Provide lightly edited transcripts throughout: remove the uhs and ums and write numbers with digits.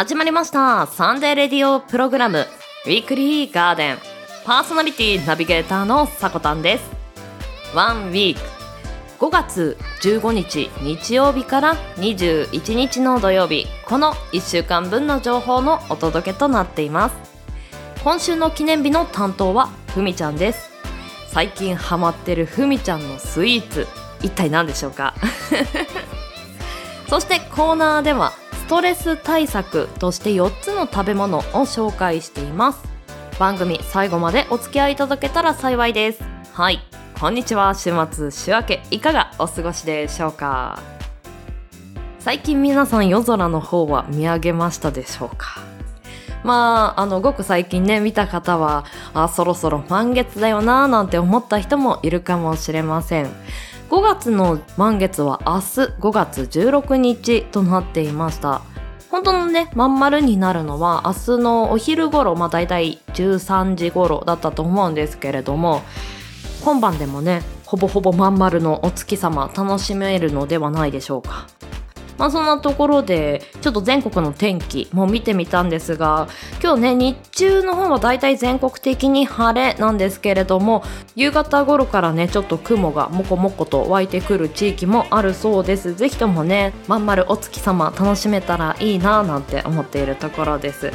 始まりましたサンデーレディオプログラムウィークリーガーデン、パーソナリティナビゲーターのさこたんです。ワンウィーク5月15日日曜日から21日の土曜日、この1週間分の情報のお届けとなっています。今週の記念日の担当はふみちゃんです。最近ハマってるふみちゃんのスイーツ、一体何でしょうかそしてコーナーではストレス対策として4つの食べ物を紹介しています。番組最後までお付き合いいただけたら幸いです。はい、こんにちは。週末週明けいかがお過ごしでしょうか。最近皆さん夜空の方は見上げましたでしょうか。ごく最近ね見た方はそろそろ満月だよななんて思った人もいるかもしれません。5月の満月は明日5月16日となっていました。本当のねまん丸になるのは明日のお昼頃、だいたい13時頃だったと思うんですけれども、今晩でもねほぼほぼまん丸のお月様楽しめるのではないでしょうか。そんなところでちょっと全国の天気も見てみたんですが、今日ね日中の方はだいたい全国的に晴れなんですけれども、夕方頃からねちょっと雲がもこもこと湧いてくる地域もあるそうです。ぜひともねまん丸お月様楽しめたらいいななんて思っているところです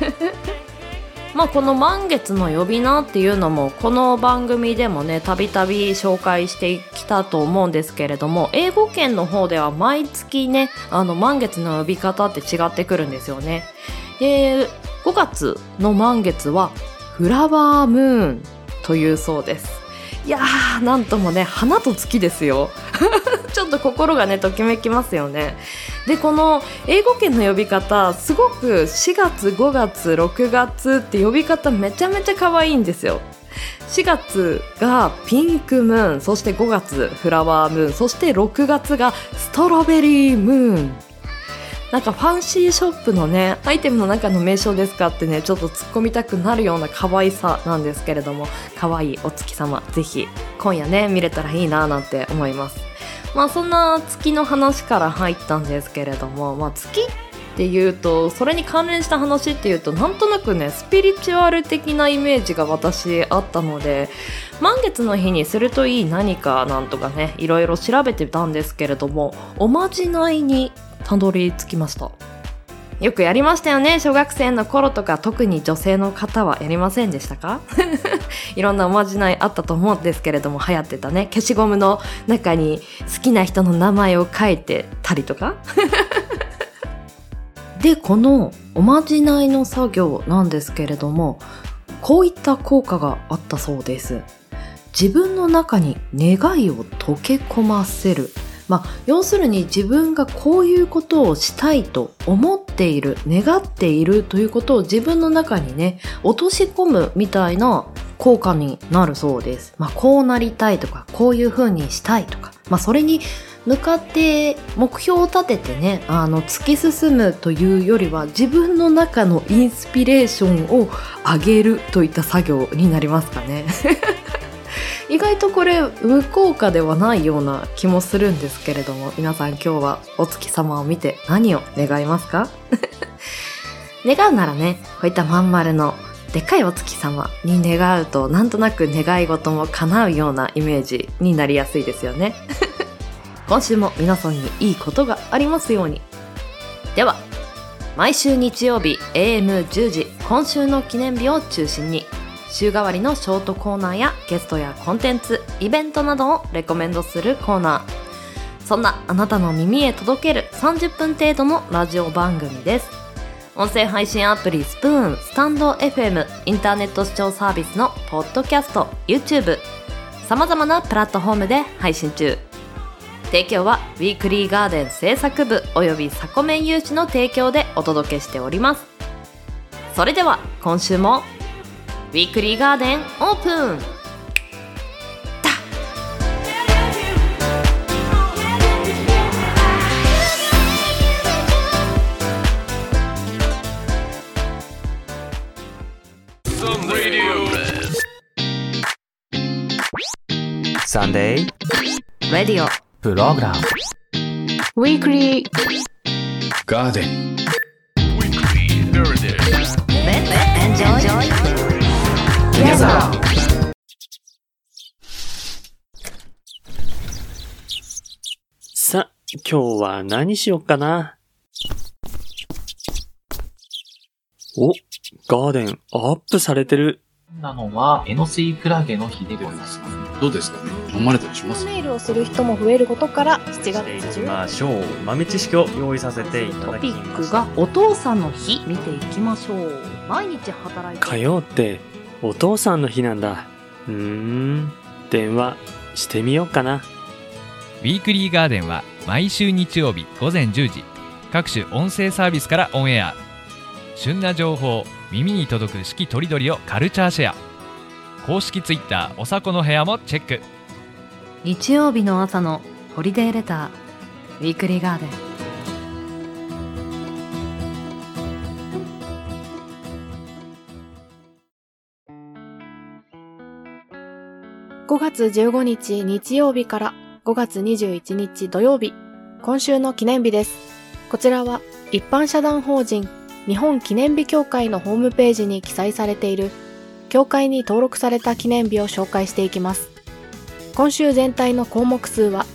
この満月の呼び名っていうのもこの番組でもねたびたび紹介してきたと思うんですけれども、英語圏の方では毎月ね満月の呼び方って違ってくるんですよね。5月の満月はフラワームーンというそうです。いやーなんともね花と月ですよちょっと心がねときめきますよね。でこの英語圏の呼び方すごく4月5月6月って呼び方めちゃめちゃ可愛いんですよ。4月がピンクムーン、そして5月フラワームーン、そして6月がストロベリームーン。なんかファンシーショップのねアイテムの中の名称ですかってねちょっと突っ込みたくなるような可愛さなんですけれども、可愛いお月様ぜひ今夜ね見れたらいいななんて思います。そんな月の話から入ったんですけれども、月っていうとそれに関連した話っていうとなんとなくねスピリチュアル的なイメージが私あったので、満月の日にするといい何かなんとかねいろいろ調べてたんですけれども、おまじないにたどり着きました。よくやりましたよね。小学生の頃とか特に女性の方はやりませんでしたかいろんなおまじないあったと思うんですけれども、流行ってたね消しゴムの中に好きな人の名前を書いてたりとかでこのおまじないの作業なんですけれども、こういった効果があったそうです。自分の中に願いを溶け込ませる。要するに自分がこういうことをしたいと思っている、願っているということを自分の中にね落とし込むみたいな効果になるそうです。こうなりたいとかこういう風にしたいとか、それに向かって目標を立ててね突き進むというよりは自分の中のインスピレーションを上げるといった作業になりますかね意外とこれ無効果ではないような気もするんですけれども、皆さん今日はお月様を見て何を願いますか願うならねこういったまん丸のでっかいお月様に願うとなんとなく願い事も叶うようなイメージになりやすいですよね今週も皆さんにいいことがありますように。では毎週日曜日 AM10 時今週の記念日を中心に週替わりのショートコーナーやゲストやコンテンツ、イベントなどをレコメンドするコーナー。そんなあなたの耳へ届ける30分程度のラジオ番組です。音声配信アプリスプーン、スタンド FM、インターネット視聴サービスのポッドキャスト、YouTube、様々なプラットフォームで配信中。提供はウィークリーガーデン制作部およびサコメン有志の提供でお届けしております。それでは今週もウィークリーガーデンオープン。 サンデーレディオプログラムウィークリーガーデンさ、今日は何しよっかな。お、ガーデンアップされてる。 なのは、エノスイクラゲの日でございます。 どうですかね、飲まれたりします？ メールをする人も増えることから7月していきましょう。豆知識を用意させていただきました。 トピックがお父さんの日見ていきましょう。毎日働いて火曜ってお父さんの日なんだ。電話してみようかな。 ウィークリーガーデンは毎週日曜日午前10時、各種音声サービスからオンエア。旬な情報、耳に届く四季とりどりをカルチャーシェア。公式ツイッターおさこの部屋もチェック。 日曜日の朝のホリデーレター、ウィークリーガーデン。 5月15日日曜日から5月21日土曜日、今週の記念日です。こちらは一般社団法人日本記念日協会のホームページに記載されている協会に登録された記念日を紹介していきます。今週全体の項目数は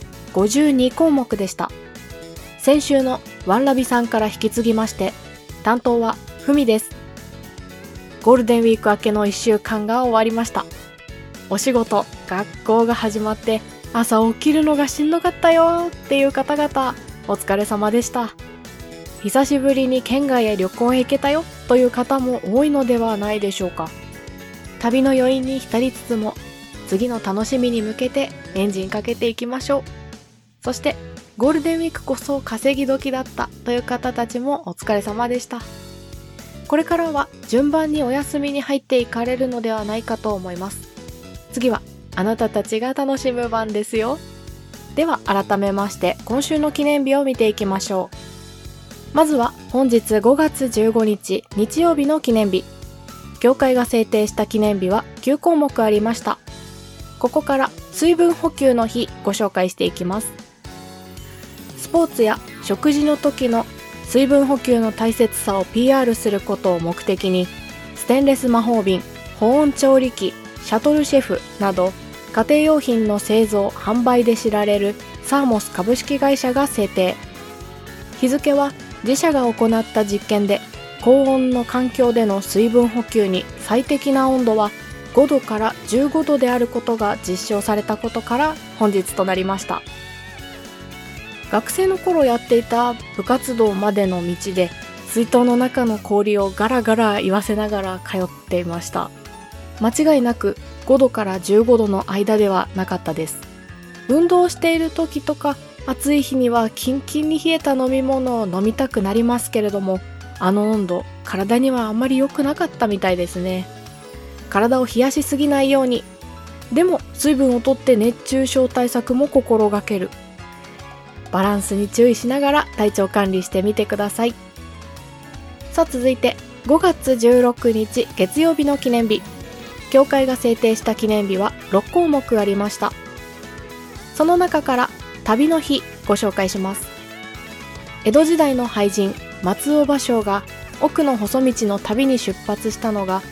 52項目でした。先週のワンラビさんから引き継ぎまして、担当はふみです。ゴールデンウィーク明けの1週間が終わりました。お仕事、学校が始まって朝起きるのがしんどかったよっていう方々、お疲れ様でした。久しぶりに県外へ旅行へ行けたよという方も多いのではないでしょうか。旅の余韻に浸りつつも、次の楽しみに向けてエンジンかけていきましょう。そしてゴールデンウィークこそ稼ぎ時だったという方たちもお疲れ様でした。これからは順番にお休みに入っていかれるのではないかと思います。次はあなたたちが楽しむ番ですよ。では改めまして今週の記念日を見ていきましょう。まずは本日5月15日日曜日の記念日。協会が制定した記念日は9項目ありました。ここから水分補給の日ご紹介していきます。スポーツや食事の時の水分補給の大切さを PR することを目的に、ステンレス魔法瓶、保温調理器、シャトルシェフなど家庭用品の製造・販売で知られるサーモス株式会社が制定。日付は自社が行った実験で高温の環境での水分補給に最適な温度は5度から15度であることが実証されたことから本日となりました。学生の頃やっていた部活動までの道で水筒の中の氷をガラガラ言わせながら通っていました。間違いなく5度から15度の間ではなかったです。運動している時とか暑い日にはキンキンに冷えた飲み物を飲みたくなりますけれども、あの温度、体にはあまり良くなかったみたいですね。体を冷やしすぎないように。でも水分をとって熱中症対策も心がける。バランスに注意しながら体調管理してみてください。さあ続いて5月16日月曜日の記念日。協会が制定した記念日は6項目ありました。その中から旅の日ご紹介します。江戸時代の俳人松尾芭蕉が奥の細道の旅に出発したのが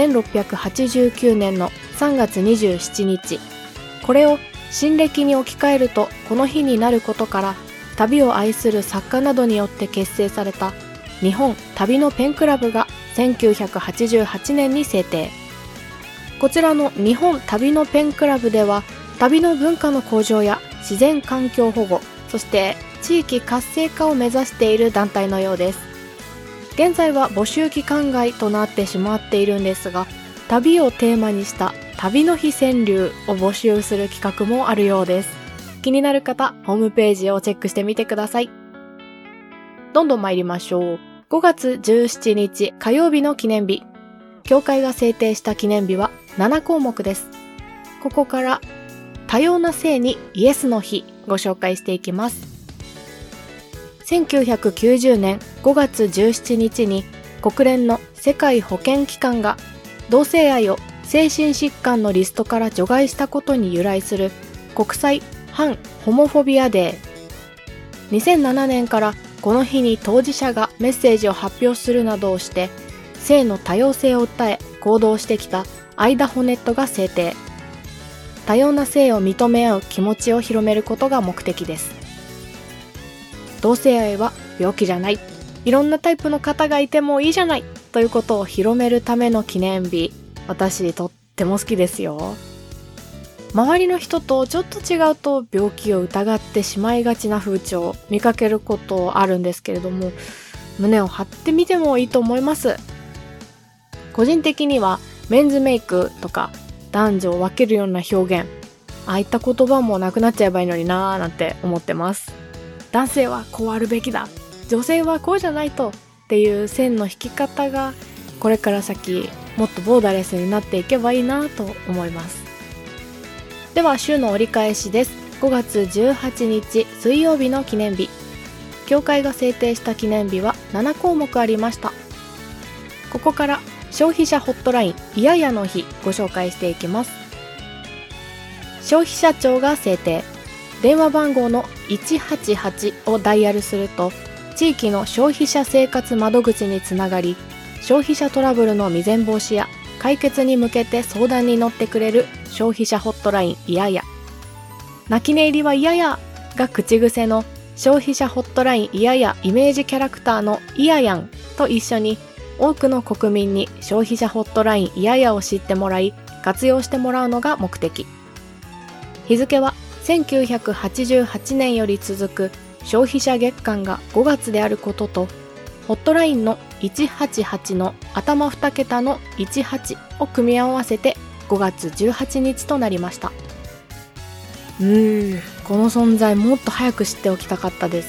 1689年の3月27日。これを新暦に置き換えるとこの日になることから、旅を愛する作家などによって結成された日本旅のペンクラブが1988年に制定。こちらの日本旅のペンクラブでは、旅の文化の向上や自然環境保護、そして地域活性化を目指している団体のようです。現在は募集期間外となってしまっているんですが、旅をテーマにした旅の日川柳を募集する企画もあるようです。気になる方、ホームページをチェックしてみてください。どんどん参りましょう。5月17日火曜日の記念日。協会が制定した記念日は7項目です。ここから多様な性にイエスの日ご紹介していきます。1990年5月17日に国連の世界保健機関が同性愛を精神疾患のリストから除外したことに由来する国際反ホモフォビアデー。2007年からこの日に当事者がメッセージを発表するなどをして性の多様性を訴え行動してきたアイダホネットが制定。多様な性を認め合う気持ちを広めることが目的です。同性愛は病気じゃない、いろんなタイプの方がいてもいいじゃないということを広めるための記念日、私とっても好きですよ。周りの人とちょっと違うと病気を疑ってしまいがちな風潮見かけることあるんですけれども、胸を張ってみてもいいと思います。個人的にはメンズメイクとか男女を分けるような表現、ああいった言葉もなくなっちゃえばいいのになーなんて思ってます。男性はこうあるべきだ、女性はこうじゃないとっていう線の引き方がこれから先もっとボーダレスになっていけばいいなと思います。では週の折り返しです。5月18日水曜日の記念日。協会が制定した記念日は7項目ありました。ここから消費者ホットラインいややの日ご紹介していきます。消費者庁が制定。電話番号の188をダイヤルすると地域の消費者生活窓口につながり、消費者トラブルの未然防止や解決に向けて相談に乗ってくれる消費者ホットラインいやや。泣き寝入りはいややが口癖の消費者ホットラインいややイメージキャラクターのいややんと一緒に多くの国民に消費者ホットラインいややを知ってもらい活用してもらうのが目的。日付は1988年より続く消費者月間が5月であることと、ホットラインの188の頭2桁の18を組み合わせて5月18日となりました。この存在もっと早く知っておきたかったです。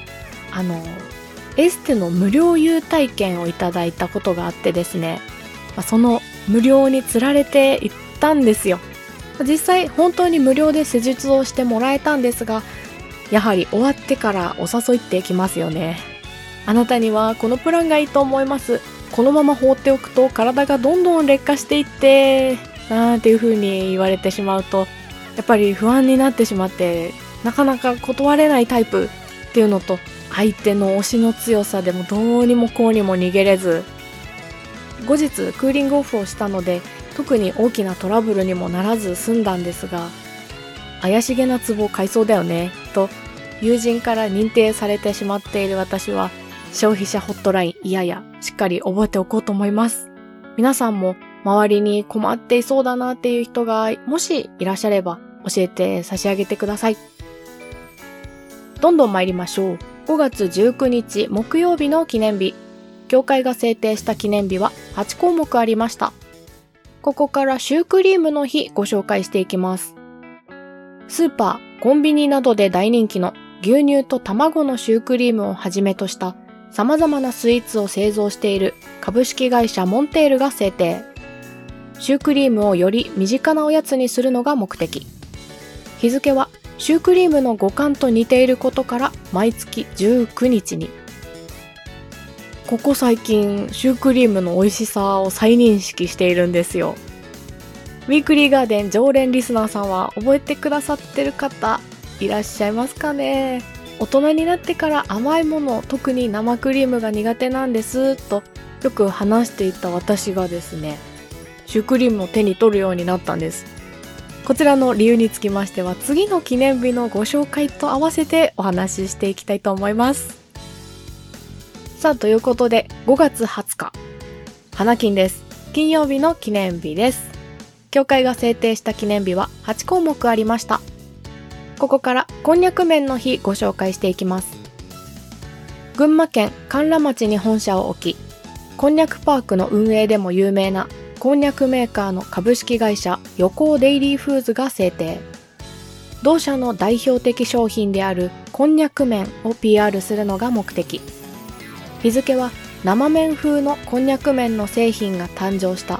エステの無料優待券をいただいたことがあってですね、その無料につられて行ったんですよ。実際本当に無料で施術をしてもらえたんですが、やはり終わってからお誘いってきますよね。あなたにはこのプランがいいと思います。このまま放っておくと体がどんどん劣化していってなんていう風に言われてしまうと、やっぱり不安になってしまってなかなか断れないタイプっていうのと、相手の推しの強さでもどうにもこうにも逃げれず、後日クーリングオフをしたので特に大きなトラブルにもならず済んだんですが、怪しげなツボ買いそうだよねと友人から認定されてしまっている私は、消費者ホットラインいややしっかり覚えておこうと思います。皆さんも周りに困っていそうだなっていう人がもしいらっしゃれば教えて差し上げてください。どんどん参りましょう。5月19日木曜日の記念日。協会が制定した記念日は8項目ありました。ここからシュークリームの日ご紹介していきます。スーパー、コンビニなどで大人気の牛乳と卵のシュークリームをはじめとした様々なスイーツを製造している株式会社モンテールが制定。シュークリームをより身近なおやつにするのが目的。日付はシュークリームの五感と似ていることから毎月19日に。ここ最近シュークリームの美味しさを再認識しているんですよ。ウィークリーガーデン常連リスナーさんは覚えてくださってる方いらっしゃいますかね。大人になってから甘いもの、特に生クリームが苦手なんですとよく話していた私がですね、シュークリームを手に取るようになったんです。こちらの理由につきましては次の記念日のご紹介と合わせてお話ししていきたいと思います。さあ、ということで5月20日花金です。金曜日の記念日です。協会が制定した記念日は8項目ありました。ここからこんにゃく麺の日ご紹介していきます。群馬県甘楽町に本社を置き、こんにゃくパークの運営でも有名なこんにゃくメーカーの株式会社横尾デイリーフーズが制定。同社の代表的商品であるこんにゃく麺を PR するのが目的。日付は生麺風のこんにゃく麺の製品が誕生した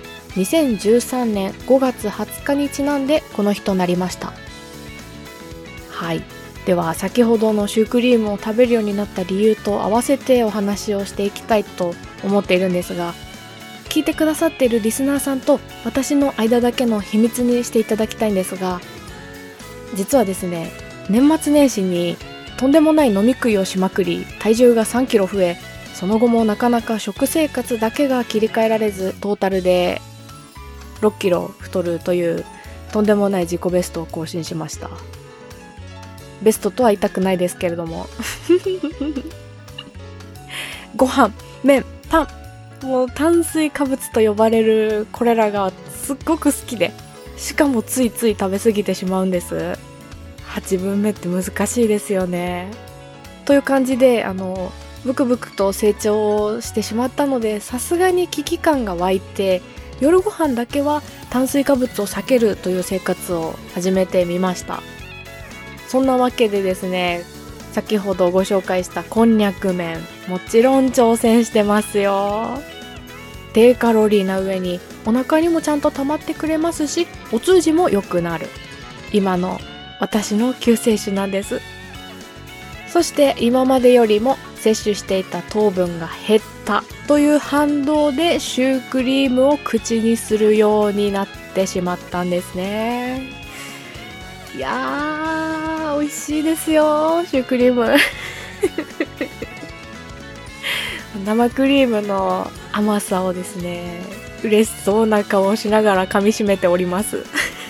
2013年5月20日にちなんでこの日となりました。はい。では先ほどのシュークリームを食べるようになった理由と合わせてお話をしていきたいと思っているんですが、聞いてくださっているリスナーさんと私の間だけの秘密にしていただきたいんですが、実はですね、年末年始にとんでもない飲み食いをしまくり、体重が3キロ増え、その後もなかなか食生活だけが切り替えられず、トータルで6キロ太るというとんでもない自己ベストを更新しました。ベストとは言いたくないですけれどもご飯、麺、パン、もう炭水化物と呼ばれるこれらがすっごく好きで、しかもついつい食べ過ぎてしまうんです。8分目って難しいですよね。という感じでブクブクと成長してしまったので、さすがに危機感が湧いて、夜ご飯だけは炭水化物を避けるという生活を始めてみました。そんなわけでですね、先ほどご紹介したこんにゃく麺、もちろん挑戦してますよ。低カロリーな上にお腹にもちゃんと溜まってくれますし、お通じも良くなる。今の私の救世主なんです。そして今までよりも摂取していた糖分が減ったという反動でシュークリームを口にするようになってしまったんですね。いやー、美味しいですよ、シュークリーム生クリームの甘さをですね、嬉しそうな顔をしながら噛み締めております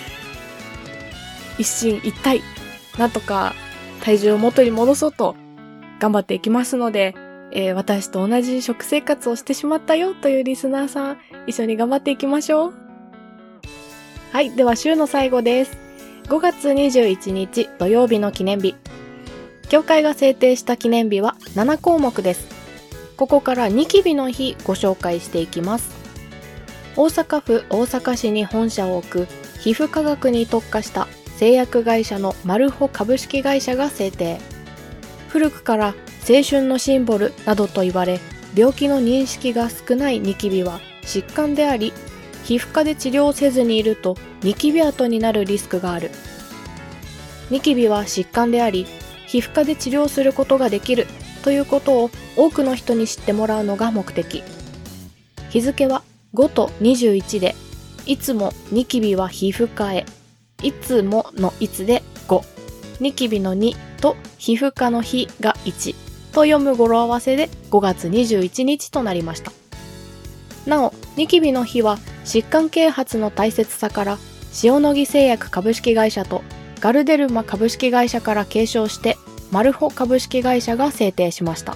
一進一退、なんとか体重を元に戻そうと頑張っていきますので、私と同じ食生活をしてしまったよというリスナーさん、一緒に頑張っていきましょう。はい、では週の最後です。5月21日土曜日の記念日。協会が制定した記念日は7項目です。ここからニキビの日ご紹介していきます。大阪府大阪市に本社を置く皮膚科学に特化した製薬会社のマルホ株式会社が制定。古くから青春のシンボルなどと言われ、病気の認識が少ないニキビは疾患であり、皮膚科で治療せずにいるとニキビ跡になるリスクがある。ニキビは疾患であり、皮膚科で治療することができるということを多くの人に知ってもらうのが目的。日付は5と21で、いつもニキビは皮膚科へ、いつものいつで5、ニキビの2と皮膚科の日が1と読む語呂合わせで5月21日となりました。なお、ニキビの日は疾患啓発の大切さから、塩野義製薬株式会社とガルデルマ株式会社から継承してマルホ株式会社が制定しました。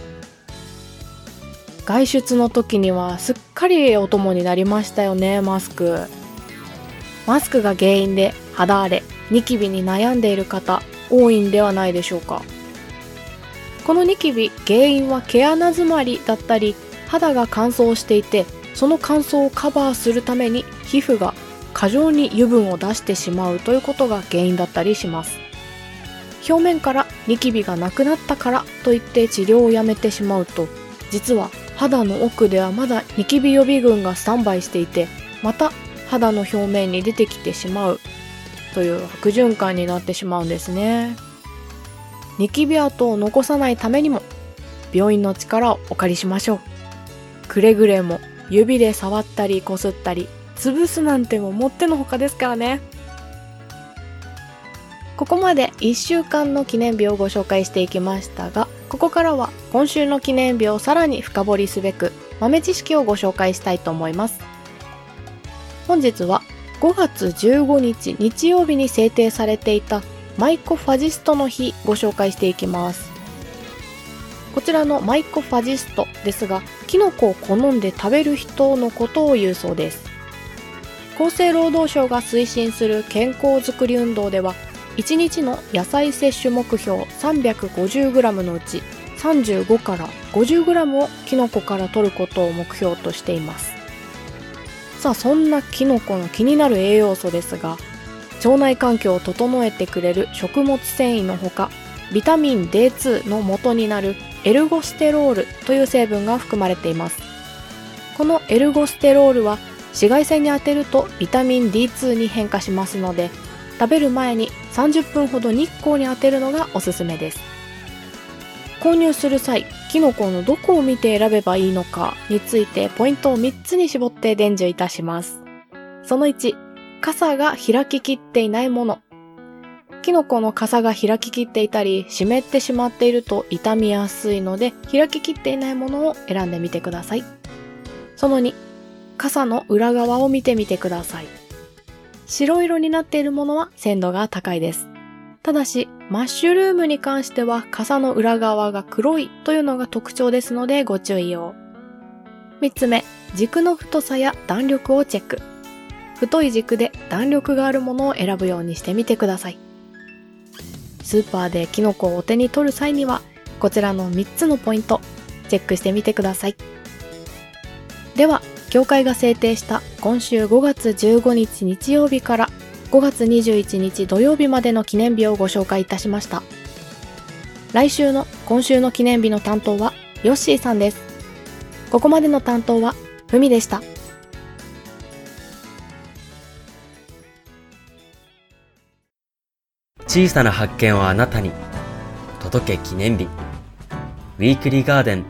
外出の時にはすっかりお供になりましたよね、マスク。マスクが原因で肌荒れ、ニキビに悩んでいる方多いんではないでしょうか。このニキビ、原因は毛穴詰まりだったり、肌が乾燥していて、その乾燥をカバーするために皮膚が過剰に油分を出してしまうということが原因だったりします。表面からニキビがなくなったからといって治療をやめてしまうと、実は肌の奥ではまだニキビ予備軍がスタンバイしていて、また肌の表面に出てきてしまうという悪循環になってしまうんですね。ニキビ跡を残さないためにも病院の力をお借りしましょう。くれぐれも指で触ったりこすったり潰すなんてももってのほかですからね。ここまで1週間の記念日をご紹介していきましたが、ここからは今週の記念日をさらに深掘りすべく豆知識をご紹介したいと思います。本日は5月15日日曜日に制定されていたマイコファジストの日ご紹介していきます。こちらのマイコファジストですが、キノコを好んで食べる人のことを言うそうです。厚生労働省が推進する健康づくり運動では、1日の野菜摂取目標 350g のうち35から50g をキノコから摂ることを目標としています。さあ、そんなキノコの気になる栄養素ですが、腸内環境を整えてくれる食物繊維のほか、ビタミン D2 の元になるエルゴステロールという成分が含まれています。このエルゴステロールは紫外線に当てるとビタミン D2 に変化しますので、食べる前に30分ほど日光に当てるのがおすすめです。購入する際、キノコのどこを見て選べばいいのかについてポイントを3つに絞って伝授いたします。その1、傘が開ききっていないもの。 キノコの傘が開ききっていたり湿ってしまっていると傷みやすいので、開ききっていないものを選んでみてください。その2、傘の裏側を見てみてください。白色になっているものは鮮度が高いです。ただし、マッシュルームに関しては傘の裏側が黒いというのが特徴ですのでご注意を。3つ目、軸の太さや弾力をチェック。太い軸で弾力があるものを選ぶようにしてみてください。スーパーでキノコをお手に取る際には、こちらの3つのポイント、チェックしてみてください。では、協会が制定した今週5月15日日曜日から5月21日土曜日までの記念日をご紹介いたしました。今週の記念日の担当はヨッシーさんです。ここまでの担当はふみでした。 小さな発見をあなたに届け記念日ウィークリーガーデン。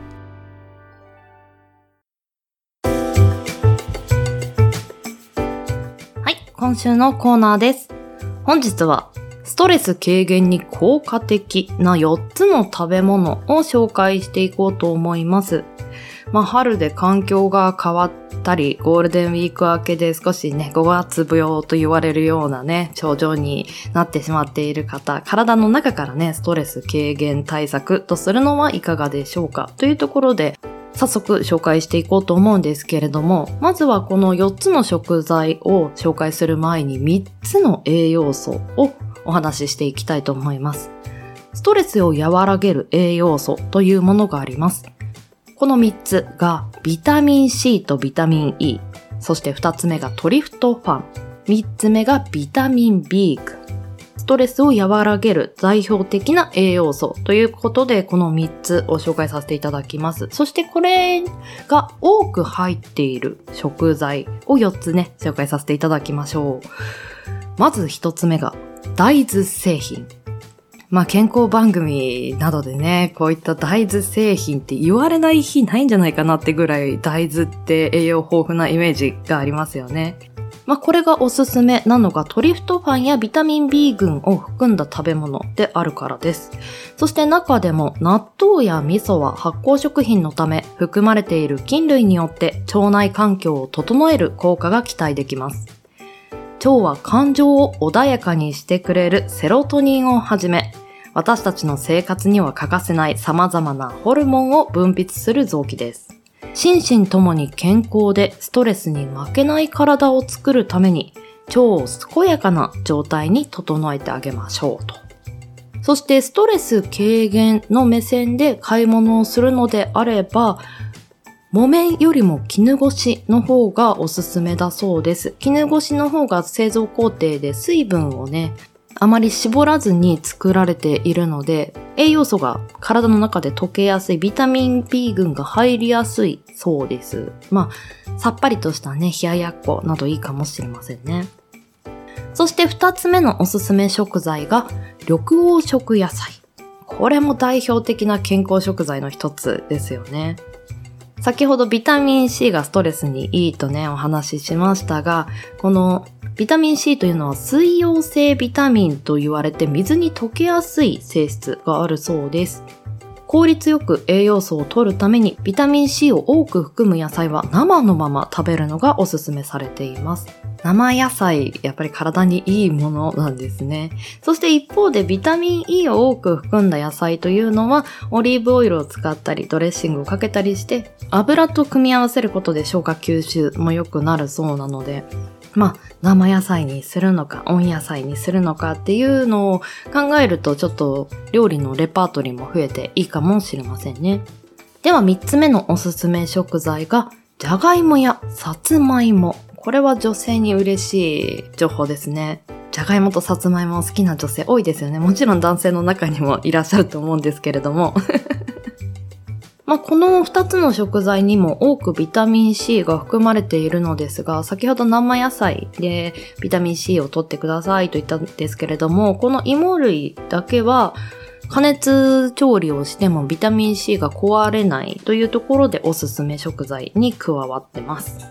はい、今週のコーナーです。本日はストレス軽減に効果的な4つの食べ物を紹介していこうと思います。春で環境が変わったり、ゴールデンウィーク明けで少しね、5月病と言われるようなね、症状になってしまっている方、体の中からね、ストレス軽減対策とするのはいかがでしょうかというところで、早速紹介していこうと思うんですけれども、まずはこの4つの食材を紹介する前に3つの栄養素をお話ししていきたいと思います。ストレスを和らげる栄養素というものがあります。この3つがビタミン C とビタミン E、そして2つ目がトリプトファン、3つ目がビタミン B 群。ストレスを和らげる代表的な栄養素ということで、この3つを紹介させていただきます。そしてこれが多く入っている食材を4つね、紹介させていただきましょう。まず1つ目が大豆製品。健康番組などでね、こういった大豆製品って言われない日ないんじゃないかなってぐらい大豆って栄養豊富なイメージがありますよね。これがおすすめなのがトリプトファンやビタミン B 群を含んだ食べ物であるからです。そして中でも納豆や味噌は発酵食品のため含まれている菌類によって腸内環境を整える効果が期待できます。腸は感情を穏やかにしてくれるセロトニンをはじめ、私たちの生活には欠かせない様々なホルモンを分泌する臓器です。心身ともに健康でストレスに負けない体を作るために、腸を健やかな状態に整えてあげましょうと。そしてストレス軽減の目線で買い物をするのであれば、木綿よりも絹ごしの方がおすすめだそうです。絹ごしの方が製造工程で水分をね、あまり絞らずに作られているので、栄養素が体の中で溶けやすい、ビタミン B 群が入りやすいそうです。さっぱりとしたね、冷ややっこなどいいかもしれませんね。そして2つ目のおすすめ食材が緑黄色野菜。これも代表的な健康食材の一つですよね。先ほどビタミン C がストレスにいいとね、お話ししましたが、このビタミン C というのは水溶性ビタミンと言われて水に溶けやすい性質があるそうです。効率よく栄養素を摂るためにビタミン C を多く含む野菜は生のまま食べるのがおすすめされています。生野菜、やっぱり体にいいものなんですね。そして一方でビタミン E を多く含んだ野菜というのはオリーブオイルを使ったりドレッシングをかけたりして油と組み合わせることで消化吸収も良くなるそうなので、生野菜にするのか温野菜にするのかっていうのを考えるとちょっと料理のレパートリーも増えていいかもしれませんね。では3つ目のおすすめ食材がじゃがいもやさつまいも。これは女性に嬉しい情報ですね。じゃがいもとさつまいも好きな女性多いですよね。もちろん男性の中にもいらっしゃると思うんですけれどもこの2つの食材にも多くビタミン C が含まれているのですが、先ほど生野菜でビタミン C を取ってくださいと言ったんですけれども、この芋類だけは加熱調理をしてもビタミン C が壊れないというところでおすすめ食材に加わってます。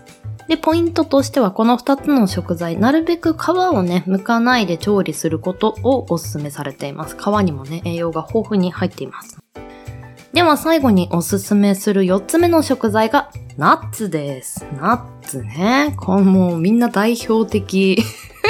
で、ポイントとしてはこの2つの食材、なるべく皮をね、剥かないで調理することをお勧めされています。皮にもね、栄養が豊富に入っています。では最後におすすめする4つ目の食材がナッツです。ナッツね。これもうみんな代表的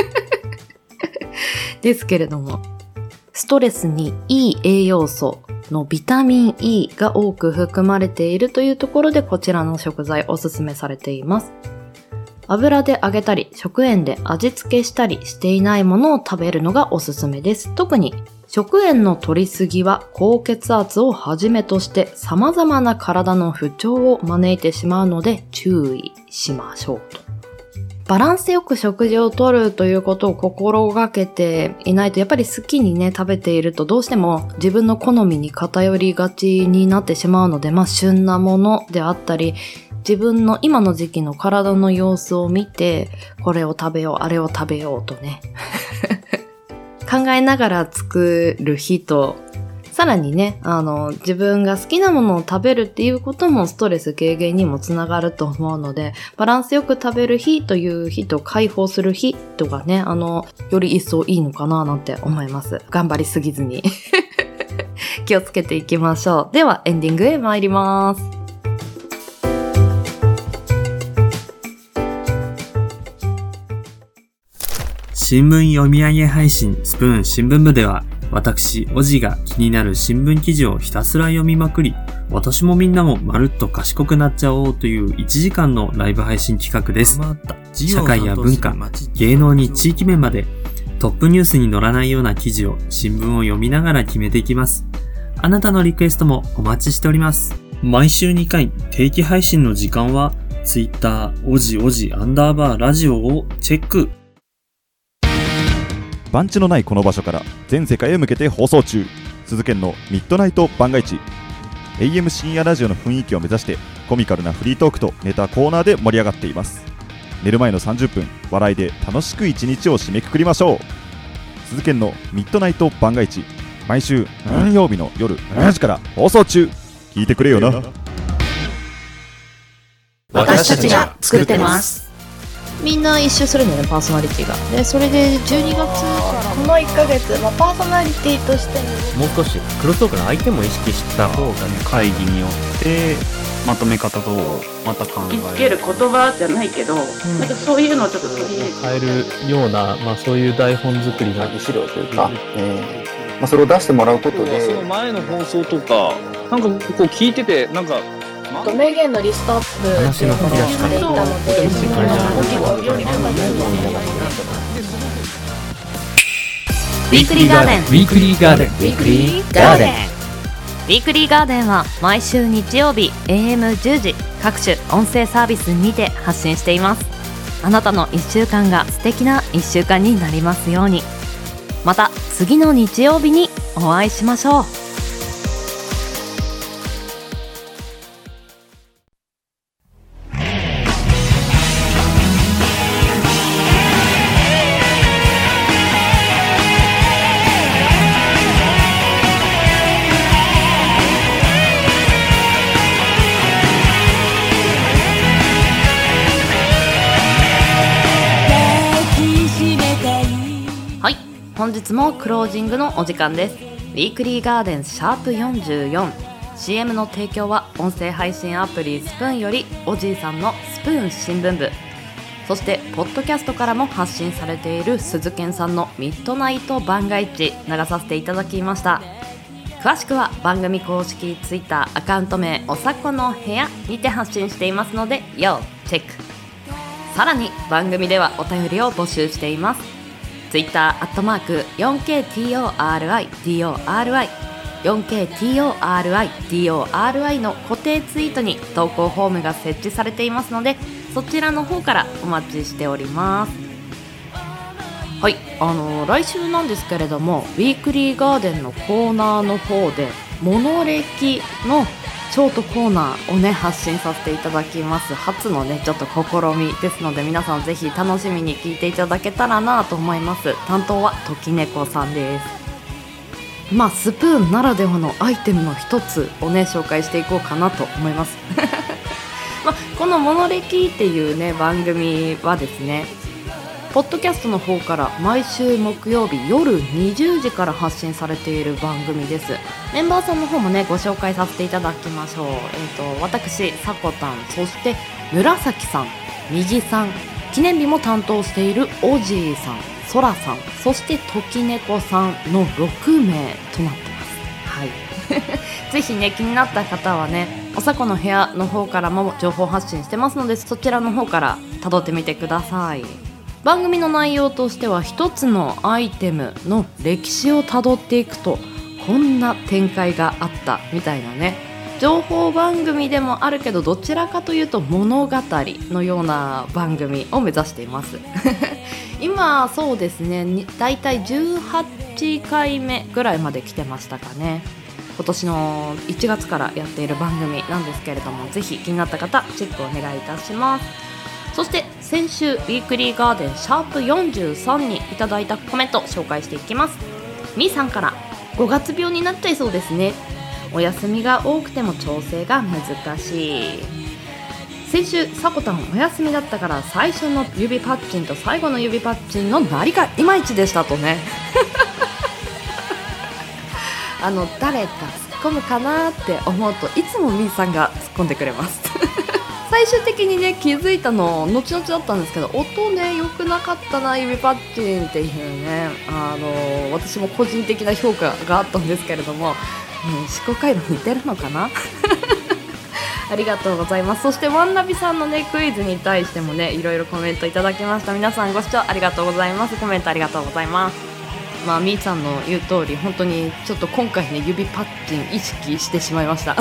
ですけれども、ストレスにいい栄養素のビタミン E が多く含まれているというところでこちらの食材おすすめされています。油で揚げたり食塩で味付けしたりしていないものを食べるのがおすすめです。特に食塩の摂りすぎは高血圧をはじめとして様々な体の不調を招いてしまうので注意しましょうと。バランスよく食事をとるということを心がけていないと、やっぱり好きにね食べているとどうしても自分の好みに偏りがちになってしまうので、旬なものであったり自分の今の時期の体の様子を見て、これを食べようあれを食べようとね考えながら作る日と、さらにね、自分が好きなものを食べるっていうこともストレス軽減にもつながると思うので、バランスよく食べる日という日と解放する日とかね、より一層いいのかななんて思います。頑張りすぎずに気をつけていきましょう。ではエンディングへ参ります。 新聞読み上げ配信スプーン新聞部では、私、おじが気になる新聞記事をひたすら読みまくり、私もみんなもまるっと賢くなっちゃおうという1時間のライブ配信企画です。社会や文化、芸能に地域面まで、トップニュースに載らないような記事を新聞を読みながら決めていきます。あなたのリクエストもお待ちしております。毎週2回定期配信の時間は、Twitter、おじ_ラジオをチェック。 番地のないこの場所から全世界へ向けて放送中、鈴研のミッドナイト番外地。 AM 深夜ラジオの雰囲気を目指してコミカルなフリートークとネタコーナーで盛り上がっています。寝る前の30分、笑いで楽しく一日を締めくくりましょう。鈴研のミッドナイト番外地、毎週何曜日の夜7時から放送中。聞いてくれよな。 私たちが作ってます。 みんな一周するんだよね、パーソナリティが。で、それで12月からこの1ヶ月、パーソナリティとしてもう少しクロストークの相手も意識した方がね、 会議によってまとめ方とまた考える。 つける言葉じゃないけど、なんかそういうのをちょっと取り入れて変えるような、そういう台本作りの資料というか、 それを出してもらうことで、 その前の放送とかなんかこう聞いてて、なんか名言のリストアップ話の振り出ししていたので、 ウィークリーガーデン、 ウィークリーガーデン、 ウィークリーガーデン、ウィークリーガーデンは毎週日曜日 AM10 時各種音声サービスにて発信しています。あなたの1週間が素敵な1週間になりますように。また次の日曜日にお会いしましょう。本日もクロージングのお時間です。ウィークリーガーデンシャープ44、 CM の提供は音声配信アプリスプーンよりおじいさんのスプーン新聞部、そしてポッドキャストからも発信されている鈴研さんのミッドナイト番外地流させていただきました。詳しくは番組公式ツイッターアカウント名おさこの部屋にて発信していますので要チェック。さらに番組ではお便りを募集しています。ツイッター @4KTORIDORI 4KTORIDORI の固定ツイートに投稿フォームが設置されていますので、そちらの方からお待ちしております。はい、来週なんですけれども、ウィークリーガーデンのコーナーの方でモノ歴のショートコーナーをね発信させていただきます。初のねちょっと試みですので、皆さんぜひ楽しみに聞いていただけたらなと思います。担当は時猫さんです。スプーンならではのアイテムの一つをね紹介していこうかなと思いますこのモノレキっていうね番組はですね、ポッドキャストの方から毎週木曜日夜20時から発信されている番組です。メンバーさんの方もねご紹介させていただきましょう。私さこたん、そして紫さん、右さん、記念日も担当しているおじいさん、そらさん、そしてときねこさんの6名となってます。はいぜひね気になった方はね、おさこの部屋の方からも情報発信してますので、そちらの方から辿ってみてください。番組の内容としては、一つのアイテムの歴史を辿っていくとこんな展開があったみたいなね、情報番組でもあるけど、どちらかというと物語のような番組を目指しています今そうですね、だいたい18回目ぐらいまで来てましたかね。今年の1月からやっている番組なんですけれども、ぜひ気になった方チェックお願いいたします。そして先週ウィークリーガーデンシャープ43にいただいたコメント紹介していきます。みーさんから、5月病になっちゃいそうですね。お休みが多くても調整が難しい。先週さこたんお休みだったから、最初の指パッチンと最後の指パッチンのなりがいまいちでしたとね誰か突っ込むかなって思うと、いつもみーさんが突っ込んでくれます最終的にね気づいたの後々だったんですけど、音ね良くなかったな指パッチンっていうね、私も個人的な評価があったんですけれども、思考回路似てるのかなありがとうございます。そしてワンナビさんのねクイズに対してもねいろいろコメントいただきました。皆さんご視聴ありがとうございます。コメントありがとうございます。みーさんの言う通り、本当にちょっと今回ね指パッチン意識してしまいました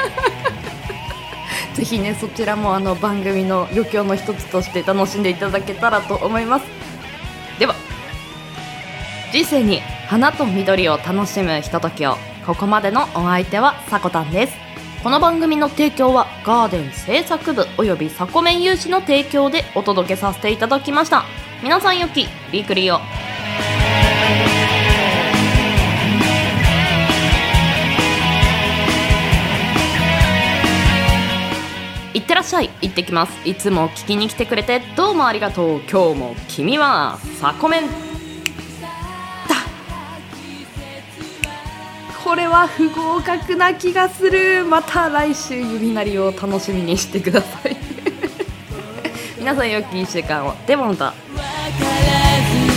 ぜひねそちらも番組の余興の一つとして楽しんでいただけたらと思います。では、人生に花と緑を楽しむひとときを、ここまでのお相手はさこたんです。この番組の提供はガーデン制作部およびサコメン有志の提供でお届けさせていただきました。皆さんよきウィークリーを。いってらっしゃい、行ってきます。いつも聞きに来てくれてどうもありがとう。今日も君はサコメンだ。これは不合格な気がする。また来週指なりを楽しみにしてください皆さん良き1週間を。でもまた。